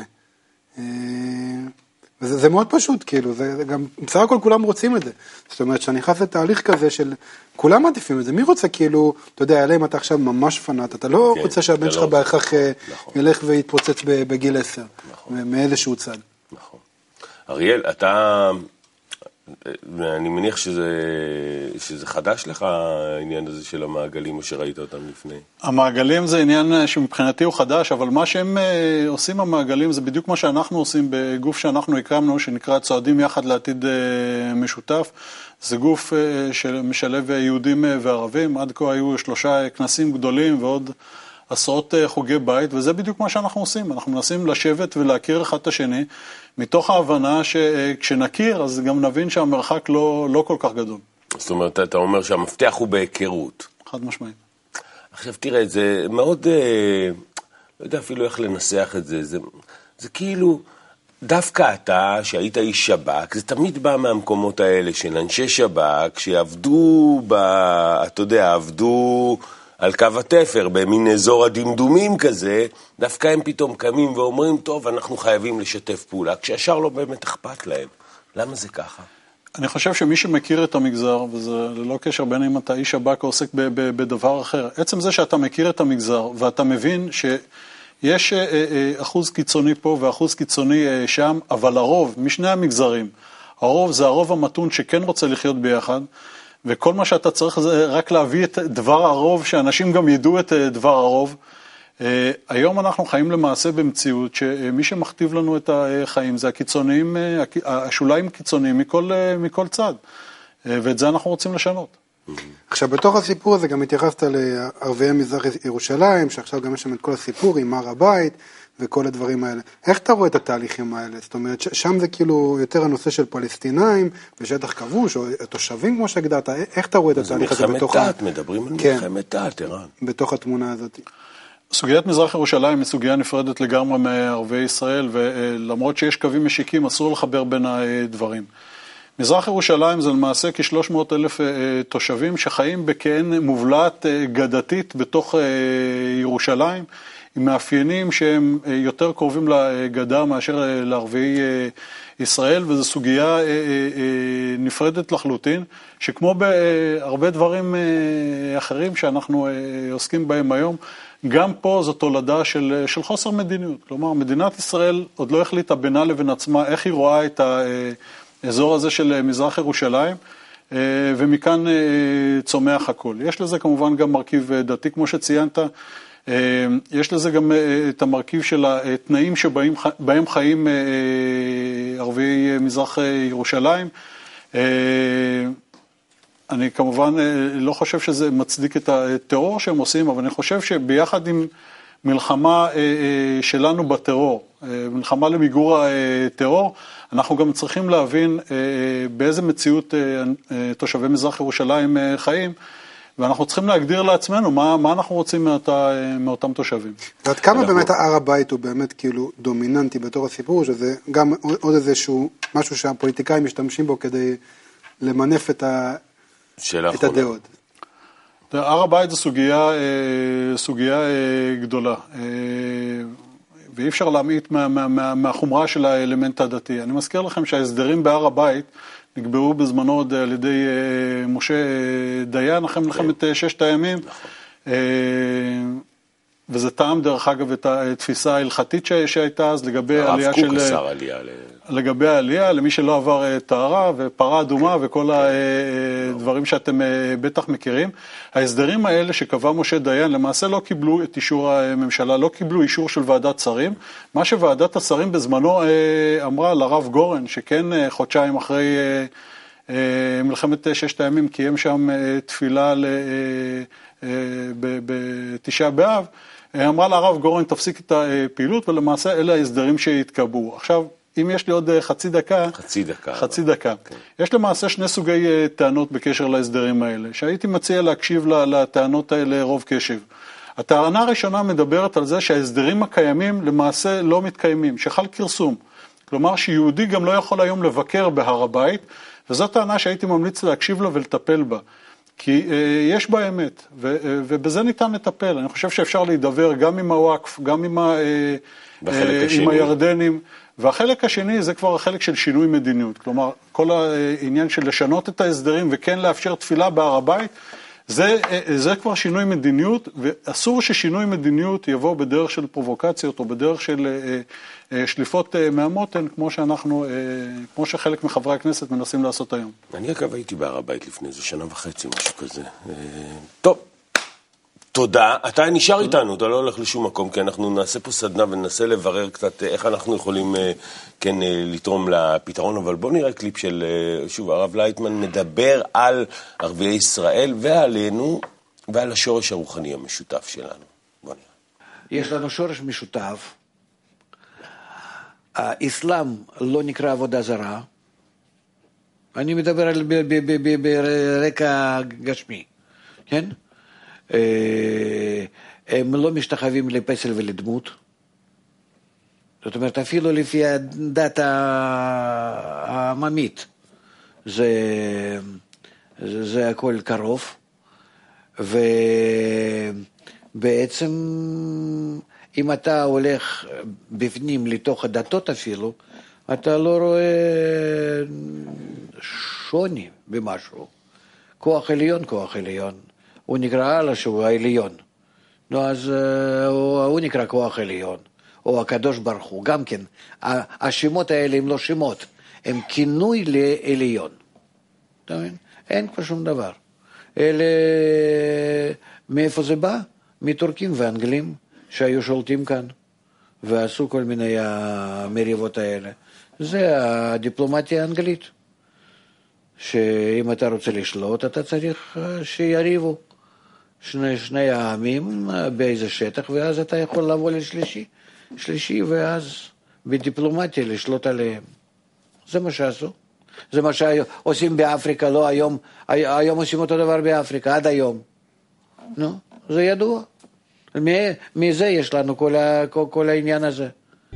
וזה זה מאוד פשוט, כאילו, זה גם, בסך הכל כולם רוצים את זה. זאת אומרת, שאני נכנס לתהליך כזה של, כולם מעדיפים את זה. מי רוצה, כאילו, אתה יודע, עליהם אתה עכשיו ממש פנאט, אתה לא כן, רוצה שהבן שלך לא בהכרח נכון. ילך ויתפוצץ בגיל עשר, נכון. מאיזשהו צד. נכון. אריאל, אתה, אני מניח שזה, שזה חדש לך, העניין הזה של המעגלים, או שראית אותם לפני. המעגלים זה עניין שמבחינתי הוא חדש, אבל מה שהם עושים המעגלים זה בדיוק מה שאנחנו עושים בגוף שאנחנו הקמנו, שנקרא צועדים יחד לעתיד משותף. זה גוף שמשלב יהודים וערבים, עד כה היו שלושה כנסים גדולים ועוד עשרות חוגי בית, וזה בדיוק מה שאנחנו עושים. אנחנו מנסים לשבת ולהכיר אחד את השני, מתוך ההבנה שכשנכיר, אז גם נבין שהמרחק לא, לא כל כך גדול. זאת אומרת, אתה אומר שהמפתח הוא בהיכרות. חד משמעית. עכשיו תראה, זה מאוד, לא יודע אפילו איך לנסח את זה, זה, זה כאילו, דווקא אתה, שהיית איש שב"כ, זה תמיד בא מהמקומות האלה של אנשי שב"כ, שעבדו, ב, אתה יודע, עבדו על קו התפר, במין אזור הדמדומים כזה, דווקא הם פתאום קמים ואומרים, טוב, אנחנו חייבים לשתף פעולה, כשישר לא באמת אכפת להם. למה זה ככה? אני חושב שמי שמכיר את המגזר, וזה ללא קשר בין אם אתה איש שב"כ או עוסק בדבר אחר, עצם זה שאתה מכיר את המגזר, ואתה מבין שיש אחוז קיצוני פה ואחוז קיצוני שם, אבל הרוב, משני המגזרים, הרוב זה הרוב המתון שכן רוצה לחיות ביחד, וכל מה שאתה צריך זה רק להביא את דבר הרוב, שאנשים גם ידעו את דבר הרוב. היום אנחנו חיים למעשה במציאות שמי שמכתיב לנו את החיים זה הקיצוניים, השוליים קיצוניים מכל, מכל צד, ואת זה אנחנו רוצים לשנות. עכשיו בתוך הסיפור הזה גם התייחסת לערביי מזרח ירושלים, שעכשיו גם יש שם את כל הסיפור עם הר הבית וכל הדברים האלה. איך אתה רואה את התהליכים האלה? זאת אומרת, שם זה כאילו יותר הנושא של פלסטינאים בשטח כבוש, או תושבים כמו שהגדרת, איך אתה רואה את התהליך הזה בתוך... מלחמת דת, מדברים על מלחמת דת, ערן. בתוך התמונה הזאת. סוגיית מזרח ירושלים היא סוגיה נפרדת לגמרי מערבי ישראל, ולמרות שיש קווים משיקים, אסור לחבר בין הדברים. מזרח ירושלים זה למעשה כ-שלוש מאות אלף תושבים שחיים בכעין מובלעת גדתית בתוך ירושלים, עם מאפיינים שהם יותר קרובים לגדה מאשר לערבי ישראל, וזו סוגיה נפרדת לחלוטין, שכמו בהרבה דברים אחרים שאנחנו עוסקים בהם היום, גם פה זו תולדה של, של חוסר מדיניות. כלומר, מדינת ישראל עוד לא החליטה בינה לבין עצמה איך היא רואה את האזור הזה של מזרח ירושלים, ומכאן צומח הכל. יש לזה כמובן גם מרכיב דתי, כמו שציינת, יש לזה גם את המרכיב של התנאים שבהם חיים ערבי מזרח ירושלים. אני כמובן לא חושב שזה מצדיק את הטרור שהם עושים, אבל אני חושב שביחד עם מלחמה שלנו בטרור, מלחמה למיגור הטרור, אנחנו גם צריכים להבין באיזה מציאות תושבי מזרח ירושלים חיים, ואנחנו צריכים להגדיר לעצמנו מה, מה אנחנו רוצים מאותה, מאותם תושבים. ועד כמה אנחנו... באמת הר הבית הוא באמת כאילו דומיננטי בתור הסיפור, שזה גם עוד איזשהו משהו שהפוליטיקאים משתמשים בו כדי למנף את, ה... את הדעות. הר הבית זו סוגיה, סוגיה גדולה, ואי אפשר להמעיט מה, מה, מה, מהחומרה של האלמנט הדתי. אני מזכיר לכם שההסדרים בהר הבית נקבעו בזמנו עוד על ידי משה דיין, אחרי מלחמת ששת הימים, וזה טעם דרך אגב את התפיסה ההלכתית שהייתה אז לגבי העלייה של... הרב קוק אסר עלייה. לגבי העלייה, למי שלא עבר טהרה ופרה אדומה וכל הדברים שאתם בטח מכירים. ההסדרים האלה שקבע משה דיין למעשה לא קיבלו את אישור הממשלה, לא קיבלו אישור של ועדת שרים. מה שוועדת השרים בזמנו אמרה לרב גורן, שכן חודשיים אחרי מלחמת ששת הימים קיים שם תפילה בתשעה באב, אמרה לרב גורן תפסיק את הפעילות, ולמעשה אלה ההסדרים שהתקבעו. עכשיו, אם יש לי עוד חצי דקה, חצי דקה, חצי דקה. Okay. יש למעשה שני סוגי טענות בקשר להסדרים האלה, שהייתי מציע להקשיב לטענות האלה רוב קשב. הטענה הראשונה מדברת על זה שההסדרים הקיימים למעשה לא מתקיימים, שחל כרסום. כלומר שיהודי גם לא יכול היום לבקר בהר הבית, וזו טענה שהייתי ממליץ להקשיב לה ולטפל בה. כי uh, יש בה אמת, ו, uh, ובזה ניתן לטפל. אני חושב שאפשר להידבר גם עם הוואקף, גם עם, ה, uh, uh, עם הירדנים, והחלק השני זה כבר החלק של שינוי מדיניות. כלומר, כל העניין של לשנות את ההסדרים וכן לאפשר תפילה בהר הבית, זה, זה כבר שינוי מדיניות, ואסור ששינוי מדיניות יבוא בדרך של פרובוקציות, או בדרך של שליפות מהמותן, כמו שאנחנו, כמו שחלק מחברי הכנסת מנסים לעשות היום. אני אגב הייתי בהר הבית לפני איזה שנה וחצי, משהו כזה. טוב, תודה. אתה נשאר איתנו, אתה לא הולך לשום מקום, כי אנחנו נעשה פה סדנה וננסה לברר קצת איך אנחנו יכולים כן לתרום לפתרון, אבל בואו נראה קליפ של, שוב, הרב לייטמן מדבר על ערביי ישראל ועלינו ועל השורש הרוחני המשותף שלנו. בואו נראה. יש לנו שורש משותף. האסלאם לא נקרא עבודה זרה. אני מדבר על ברקע גשמי, כן? הם לא משתחווים לפסל ולדמות. זאת אומרת, אפילו לפי הדת העממית, זה, זה, זה הכל קרוב. ובעצם, אם אתה הולך בפנים לתוך הדתות אפילו, אתה לא רואה שוני במשהו. כוח עליון, כוח עליון. הוא נקרא אללה שהוא העליון. נו, אז הוא, הוא נקרא כוח עליון. או הקדוש ברוך הוא. גם כן, השמות האלה הם לא שמות. הם כינוי לעליון. אתה מבין? אין כבר שום דבר. אלה, מאיפה זה בא? מטורקים ואנגלים שהיו שולטים כאן. ועשו כל מיני המריבות האלה. זה הדיפלומטיה האנגלית. שאם אתה רוצה לשלוט, אתה צריך שיריבו שני, שני העמים באיזה שטח, ואז אתה יכול לבוא לשלישי, שלישי, ואז בדיפלומטיה לשלוט עליהם. זה מה שעשו. זה מה שעושים באפריקה, לא היום, היום עושים אותו דבר באפריקה, עד היום. נו, זה ידוע. מזה יש לנו כל, ה, כל, כל העניין הזה.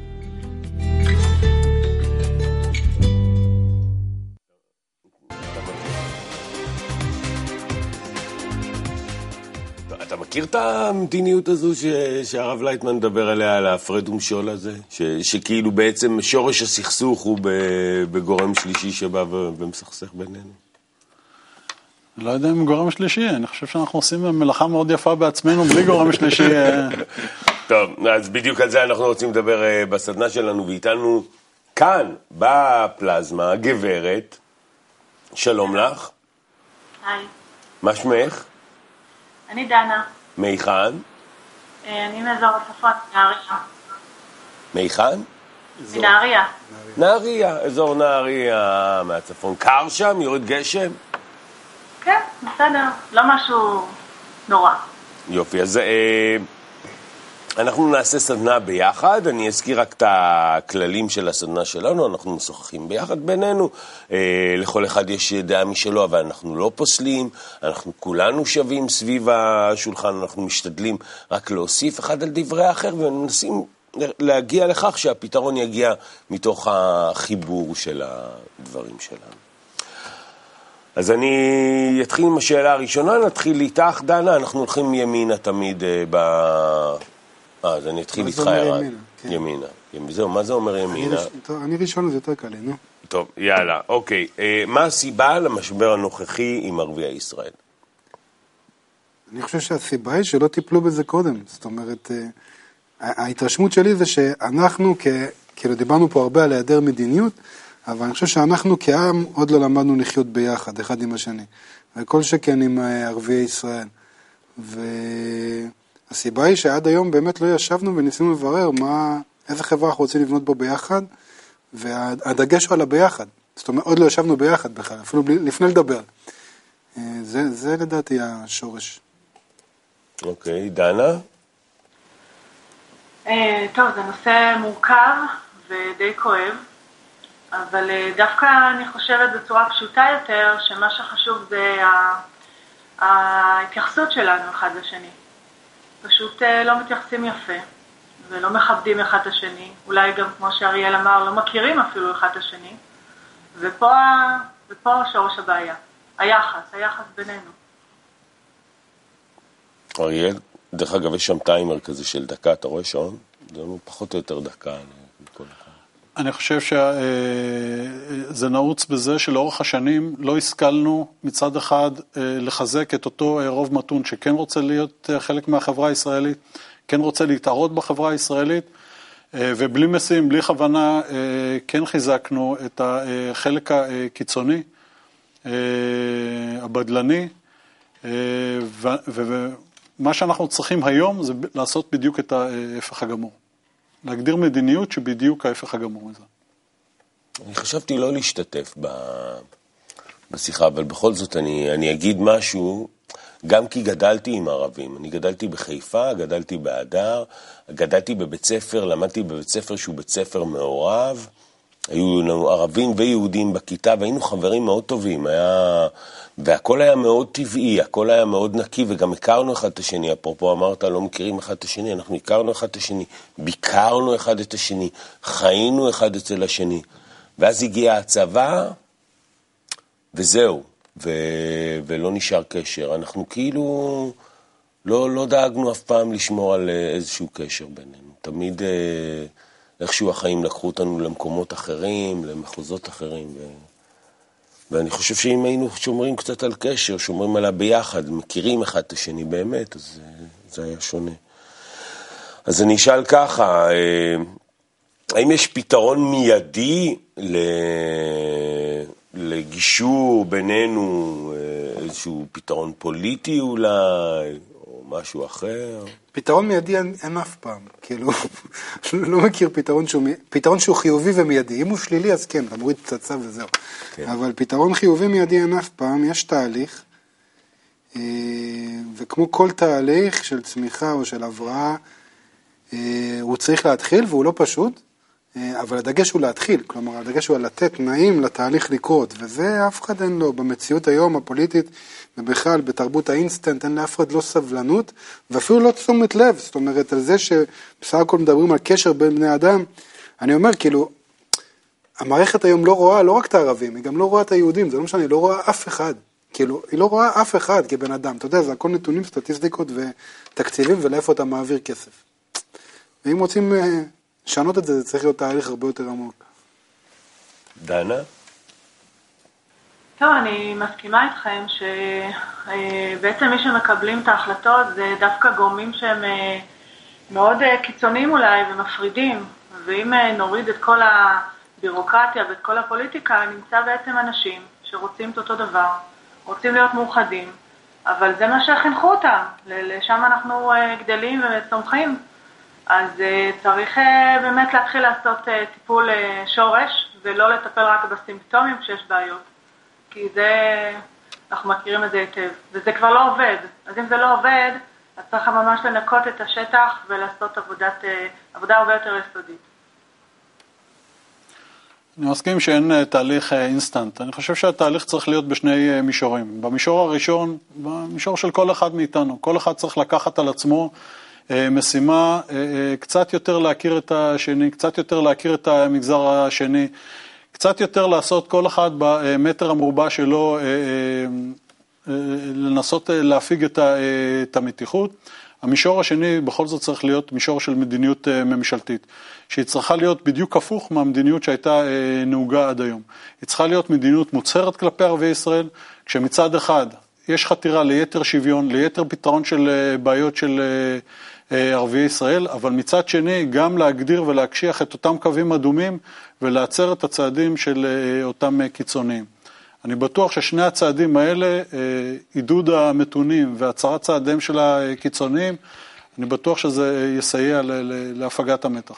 אתה מכיר את המדיניות הזו ש... שהרב לייטמן מדבר עליה, על ההפרד ומשול הזה? ש... שכאילו בעצם שורש הסכסוך הוא בגורם שלישי שבא ו... ומסכסך בינינו? לא יודע אם גורם שלישי, אני חושב שאנחנו עושים מלאכה מאוד יפה בעצמנו בלי גורם שלישי. טוב, אז בדיוק על זה אנחנו רוצים לדבר בסדנה שלנו, ואיתנו כאן בפלזמה גברת, שלום לך. היי. מה שמך? אני דנה. מיכן? אני מאזור הצפון, נהריה. מיכן? מנהריה. נהריה, אזור נהריה מהצפון. קר שם? יורד גשם? כן, בסדר. לא משהו נורא. יופי, אז אה, אנחנו נעשה סדנה ביחד. אני אזכיר רק את הכללים של הסדנה שלנו. אנחנו משוחחים ביחד בינינו. אה, לכל אחד יש דעה משלו, אבל אנחנו לא פוסלים. אנחנו כולנו שווים סביב השולחן. אנחנו משתדלים רק להוסיף אחד על דברי האחר, ומנסים להגיע לכך שהפתרון יגיע מתוך החיבור של הדברים שלנו. אז אני אתחיל עם השאלה הראשונה, נתחיל איתך, דנה, אנחנו הולכים ימינה תמיד ב... אה, אז אני אתחיל איתך, ירד. ימינה. זהו, מה זה אומר ימינה? אני ראשון, זה יותר קל לי, נו. טוב, יאללה, אוקיי. מה הסיבה למשבר הנוכחי עם ערביי ישראל? אני חושב שהסיבה היא שלא טיפלו בזה קודם. זאת אומרת, ההתרשמות שלי זה שאנחנו, כאילו דיברנו פה הרבה על היעדר מדיניות, אבל אני חושב שאנחנו כעם עוד לא למדנו לחיות ביחד, אחד עם השני. וכל שכן עם ערביי ישראל. והסיבה היא שעד היום באמת לא ישבנו וניסינו לברר מה, איזה חברה אנחנו רוצים לבנות בו ביחד, והדגש הוא על הביחד. זאת אומרת, עוד לא ישבנו ביחד בכלל, אפילו לפני לדבר. זה, זה לדעתי השורש. אוקיי, דנה? טוב, זה נושא מורכב ודי כואב. אבל דווקא אני חושבת בצורה פשוטה יותר, שמה שחשוב זה ההתייחסות שלנו אחד לשני. פשוט לא מתייחסים יפה, ולא מכבדים אחד את השני. אולי גם כמו שאריאל אמר, לא מכירים אפילו אחד את השני. ופה, ופה שורש הבעיה. היחס, היחס בינינו. אריאל, דרך אגב, יש שם טיימר כזה של דקה, אתה רואה שעון? זה פחות או יותר דקה. אני חושב שזה נעוץ בזה שלאורך השנים לא השכלנו מצד אחד לחזק את אותו רוב מתון שכן רוצה להיות חלק מהחברה הישראלית, כן רוצה להתערות בחברה הישראלית, ובלי משים, בלי כוונה, כן חיזקנו את החלק הקיצוני, הבדלני, ומה שאנחנו צריכים היום זה לעשות בדיוק את ההפך הגמור. להגדיר מדיניות שבדיוק ההפך הגמור מזה. אני חשבתי לא להשתתף ב... בשיחה, אבל בכל זאת אני, אני אגיד משהו, גם כי גדלתי עם ערבים. אני גדלתי בחיפה, גדלתי באדר, גדלתי בבית ספר, למדתי בבית ספר שהוא בית ספר מעורב, היו לנו ערבים ויהודים בכיתה, והיינו חברים מאוד טובים, היה... והכל היה מאוד טבעי, הכל היה מאוד נקי, וגם הכרנו אחד את השני. אפרופו אמרת, לא מכירים אחד את השני, אנחנו הכרנו אחד את השני, ביקרנו אחד את השני, חיינו אחד אצל השני. ואז הגיע הצבא, וזהו, ו... ולא נשאר קשר. אנחנו כאילו לא, לא דאגנו אף פעם לשמור על איזשהו קשר בינינו. תמיד איכשהו החיים לקחו אותנו למקומות אחרים, למחוזות אחרים, ו... ואני חושב שאם היינו שומרים קצת על קשר, שומרים עליו ביחד, מכירים אחד את השני באמת, אז זה היה שונה. אז אני אשאל ככה, האם יש פתרון מיידי לגישור בינינו, איזשהו פתרון פוליטי אולי, או משהו אחר? פתרון מיידי אין, אין אף פעם, כאילו, לא מכיר פתרון שהוא, פתרון שהוא חיובי ומיידי. אם הוא שלילי אז כן, אתה מוריד פצצה וזהו. כן. אבל פתרון חיובי מיידי אין אף פעם, יש תהליך, וכמו כל תהליך של צמיחה או של הבראה, הוא צריך להתחיל והוא לא פשוט, אבל הדגש הוא להתחיל, כלומר הדגש הוא לתת תנאים לתהליך לקרות, וזה אף אחד אין לו במציאות היום הפוליטית, ובכלל בתרבות האינסטנט אין לאף אחד לא סבלנות, ואפילו לא תשומת לב, זאת אומרת על זה שבסך הכל מדברים על קשר בין בני אדם, אני אומר כאילו, המערכת היום לא רואה לא רק את הערבים, היא גם לא רואה את היהודים, זה לא משנה, היא לא רואה אף אחד, כאילו, היא לא רואה אף אחד כבן אדם, אתה יודע, זה הכל נתונים, סטטיסטיקות ותקציבים, ולאיפה אתה מעביר כסף. ואם רוצים לשנות את זה, זה צריך להיות תהליך הרבה יותר עמוק. דנה? טוב, אני מסכימה איתכם שבעצם מי שמקבלים את ההחלטות זה דווקא גורמים שהם מאוד קיצוניים אולי ומפרידים, ואם נוריד את כל הבירוקרטיה ואת כל הפוליטיקה, נמצא בעצם אנשים שרוצים את אותו דבר, רוצים להיות מאוחדים, אבל זה מה שחינכו אותם, לשם אנחנו גדלים וצומחים, אז צריך באמת להתחיל לעשות טיפול שורש ולא לטפל רק בסימפטומים כשיש בעיות. כי זה, אנחנו מכירים את זה היטב, וזה כבר לא עובד. אז אם זה לא עובד, אז צריך ממש לנקות את השטח ולעשות עבודת, עבודה הרבה יותר יסודית. אני מסכים שאין תהליך אינסטנט. אני חושב שהתהליך צריך להיות בשני מישורים. במישור הראשון, במישור של כל אחד מאיתנו. כל אחד צריך לקחת על עצמו משימה, קצת יותר להכיר את השני, קצת יותר להכיר את המגזר השני, קצת יותר לעשות כל אחד במטר המרובע שלו, לנסות להפיג את המתיחות. המישור השני בכל זאת צריך להיות מישור של מדיניות ממשלתית, שהיא צריכה להיות בדיוק הפוך מהמדיניות שהייתה נהוגה עד היום. היא צריכה להיות מדיניות מוצהרת כלפי ערבי ישראל, כשמצד אחד יש חתירה ליתר שוויון, ליתר פתרון של בעיות של ערבי ישראל, אבל מצד שני גם להגדיר ולהקשיח את אותם קווים אדומים ולעצר את הצעדים של אותם קיצוניים. אני בטוח ששני הצעדים האלה, עידוד המתונים והצרת צעדיהם של הקיצוניים, אני בטוח שזה יסייע להפגת המתח.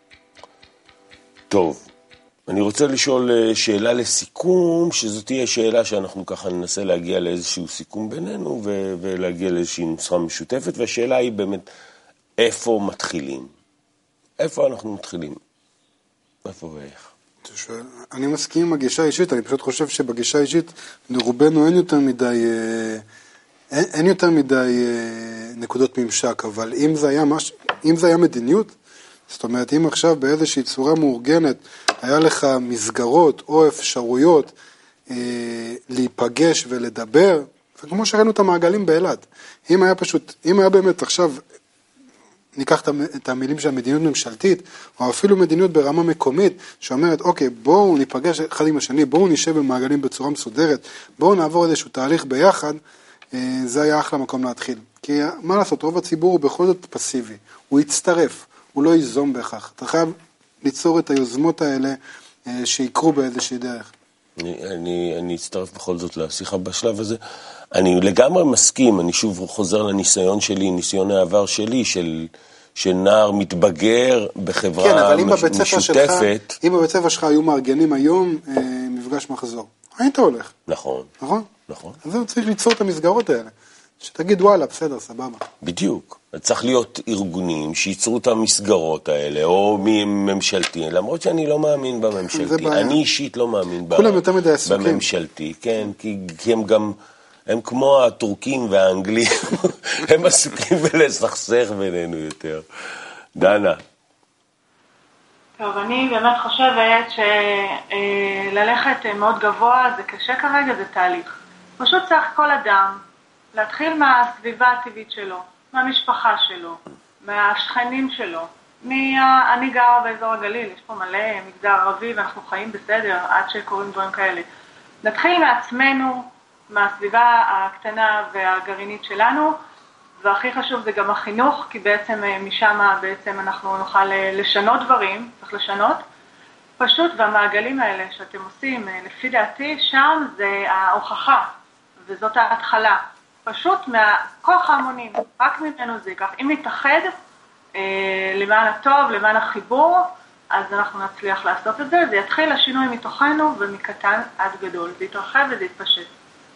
טוב, אני רוצה לשאול שאלה לסיכום, שזאת תהיה שאלה שאנחנו ככה ננסה להגיע לאיזשהו סיכום בינינו ולהגיע לאיזושהי נוסחה משותפת, והשאלה היא באמת, איפה מתחילים? איפה אנחנו מתחילים? איפה ואיך? אני מסכים עם הגישה האישית, אני פשוט חושב שבגישה האישית לרובנו אין יותר מדי, אין, אין יותר מדי נקודות ממשק, אבל אם זה היה מש, אם זה היה מדיניות, זאת אומרת, אם עכשיו באיזושהי צורה מאורגנת היה לך מסגרות או אפשרויות אה, להיפגש ולדבר, וכמו שראינו את המעגלים באלעד, אם היה פשוט, אם היה באמת עכשיו ניקח את המילים של המדיניות ממשלתית, או אפילו מדיניות ברמה מקומית, שאומרת, אוקיי, בואו ניפגש אחד עם השני, בואו נשב במעגלים בצורה מסודרת, בואו נעבור איזשהו תהליך ביחד, זה היה אחלה מקום להתחיל. כי מה לעשות, רוב הציבור הוא בכל זאת פסיבי, הוא יצטרף, הוא לא ייזום בכך. אתה חייב ליצור את היוזמות האלה שיקרו באיזושהי דרך. אני, אני, אני אצטרף בכל זאת לשיחה בשלב הזה. אני לגמרי מסכים, אני שוב חוזר לניסיון שלי, ניסיון העבר שלי, של, של נער מתבגר בחברה כן, אבל אם מש, בבית ספר משותפת. שלך, אם בבית ספר שלך היו מארגנים היום אה, מפגש מחזור, היית הולך. נכון. נכון? נכון. אז זהו, צריך ליצור את המסגרות האלה. שתגיד וואלה, בסדר, סבבה. בדיוק. צריך להיות ארגונים שייצרו את המסגרות האלה, או ממשלתי, למרות שאני לא מאמין בממשלתי. אני אישית לא מאמין כולם יותר מדי עסוקים. בממשלתי, כן, כי, כי הם גם, הם כמו הטורקים והאנגלים, הם עסוקים בלסכסך בינינו יותר. דנה. טוב, אני באמת חושבת שללכת מאוד גבוה זה קשה כרגע, זה תהליך. פשוט צריך כל אדם להתחיל מהסביבה הטבעית שלו, מהמשפחה שלו, מהשכנים שלו. מה... אני גרה באזור הגליל, יש פה מלא מגזר ערבי ואנחנו חיים בסדר עד שקוראים דברים כאלה. נתחיל מעצמנו, מהסביבה הקטנה והגרעינית שלנו, והכי חשוב זה גם החינוך, כי בעצם משם בעצם אנחנו נוכל לשנות דברים, צריך לשנות. פשוט והמעגלים האלה שאתם עושים, לפי דעתי, שם זה ההוכחה, וזאת ההתחלה. פשוט מהכוח ההמונים, רק ממנו זה ייקח. אם נתאחד אה, למען הטוב, למען החיבור, אז אנחנו נצליח לעשות את זה. זה יתחיל השינוי מתוכנו ומקטן עד גדול. זה יתרחב וזה יתפשט.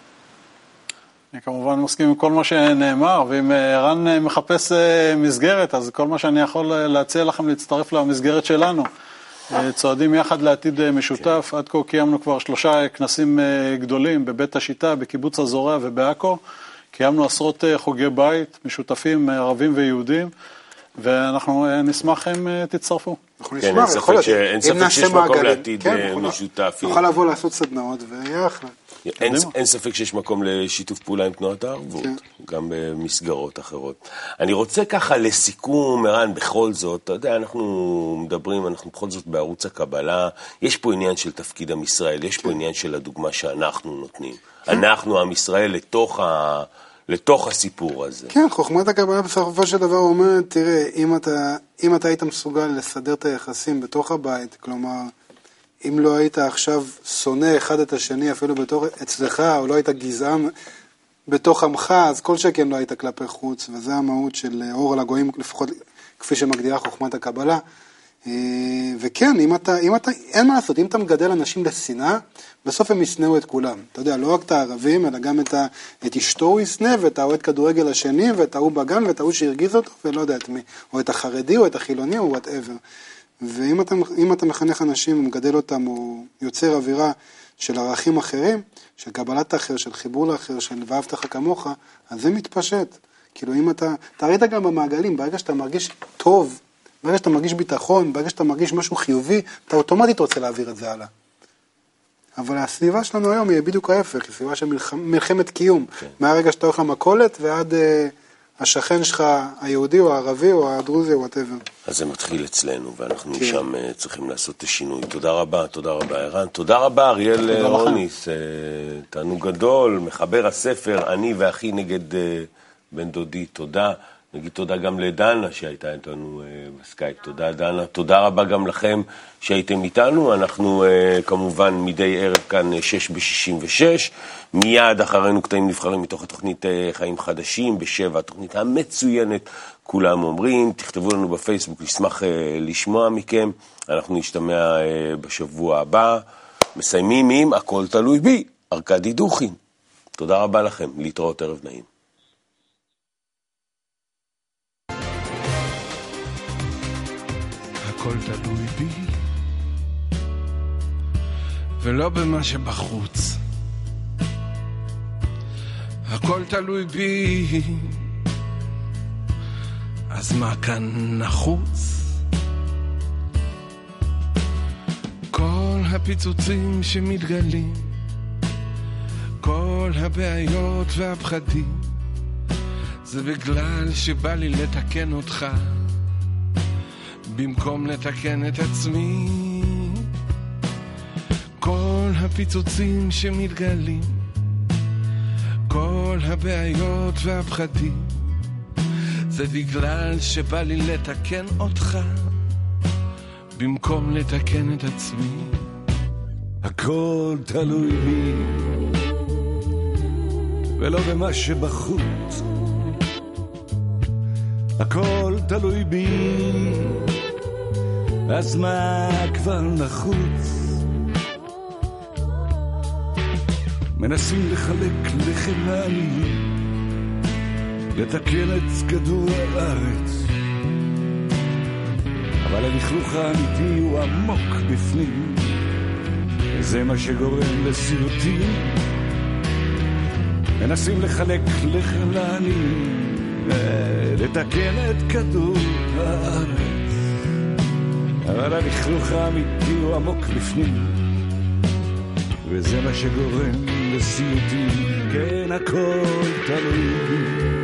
אני כמובן מסכים עם כל מה שנאמר, ואם ערן מחפש מסגרת, אז כל מה שאני יכול להציע לכם להצטרף למסגרת שלנו. צועדים יחד לעתיד משותף, עד כה קיימנו כבר שלושה כנסים גדולים בבית השיטה, בקיבוץ הזורע ובעכו. קיימנו עשרות חוגי בית, משותפים ערבים ויהודים, ואנחנו נשמח אם תצטרפו. אנחנו נשמח, יכול להיות, אין ספק שיש מקום לעתיד משותף. נוכל לבוא לעשות סדנאות ויהיה אחלה. אין, אין ספק שיש מקום לשיתוף פעולה עם תנועת הערבות, כן. גם במסגרות אחרות. אני רוצה ככה לסיכום, ערן, בכל זאת, אתה יודע, אנחנו מדברים, אנחנו בכל זאת בערוץ הקבלה, יש פה עניין של תפקיד עם ישראל, יש פה עניין של הדוגמה שאנחנו נותנים. כן. אנחנו, עם ישראל, לתוך, ה, לתוך הסיפור הזה. כן, חוכמת הקבלה בסופו של דבר אומרת, תראה, אם אתה, אם אתה היית מסוגל לסדר את היחסים בתוך הבית, כלומר, אם לא היית עכשיו שונא אחד את השני, אפילו בתוך אצלך, או לא היית גזען בתוך עמך, אז כל שכן לא היית כלפי חוץ, וזה המהות של אור על הגויים, לפחות כפי שמגדירה חוכמת הקבלה. וכן, אם אתה, אם אתה, אין מה לעשות, אם אתה מגדל אנשים לשנאה, בסוף הם ישנאו את כולם. אתה יודע, לא רק את הערבים, אלא גם את, ה, את אשתו הוא ישנא, ואת האוהד כדורגל השני, ואת ההוא בגן, ואת ההוא שהרגיז אותו, ולא יודע את מי. או את החרדי, או את החילוני, או whatever. ואם אתה, אם אתה מחנך אנשים ומגדל אותם, או יוצר אווירה של ערכים אחרים, של קבלת האחר, של חיבור לאחר, של ואהבת לך כמוך, אז זה מתפשט. כאילו אם אתה, אתה ראית גם במעגלים, ברגע שאתה מרגיש טוב, ברגע שאתה מרגיש ביטחון, ברגע שאתה מרגיש משהו חיובי, אתה אוטומטית רוצה להעביר את זה הלאה. אבל הסביבה שלנו היום היא בדיוק ההפך, היא סביבה של מלח... מלחמת קיום. כן. מהרגע שאתה הולך למכולת ועד... השכן שלך, היהודי או הערבי או הדרוזי או whatever. אז זה מתחיל אצלנו, ואנחנו כן. שם צריכים לעשות את השינוי. תודה רבה, תודה רבה, ערן. תודה רבה, אריאל רוניס. תענוג גדול, מחבר הספר, אני ואחי נגד בן דודי. תודה. נגיד תודה גם לדנה שהייתה איתנו בסקייפ. תודה, דנה. תודה רבה גם לכם שהייתם איתנו. אנחנו כמובן מדי ערב כאן שש בשישים ושש. מיד אחרינו קטעים נבחרים מתוך התוכנית חיים חדשים בשבע, התוכנית המצוינת, כולם אומרים. תכתבו לנו בפייסבוק, נשמח לשמוע מכם. אנחנו נשתמע בשבוע הבא. מסיימים עם הכל תלוי בי, ארקדי דוכין. תודה רבה לכם, להתראות, ערב נעים. הכל תלוי בי ולא במה שבחוץ, הכל תלוי בי, אז מה כאן נחוץ? כל הפיצוצים שמתגלים, כל הבעיות והפחדים, זה בגלל שבא לי לתקן אותך במקום לתקן את עצמי. כל הפיצוצים שמתגלים, כל הבעיות והפחדים, זה בגלל שבא לי לתקן אותך במקום לתקן את עצמי. הכל תלוי בי ולא במה שבחוץ, הכל תלוי בי, אז מה כבר נחוץ? מנסים לחלק לחם לעניים, לתקן את כדור הארץ, אבל הלכלוך האמיתי הוא עמוק בפנים, זה מה שגורם לסיוטים. מנסים לחלק לחם לעניים, לתקן את כדור הארץ, אבל הלכלוך האמיתי הוא עמוק בפנים, וזה מה שגורם לסיוטים. כן, הכל תלוי בי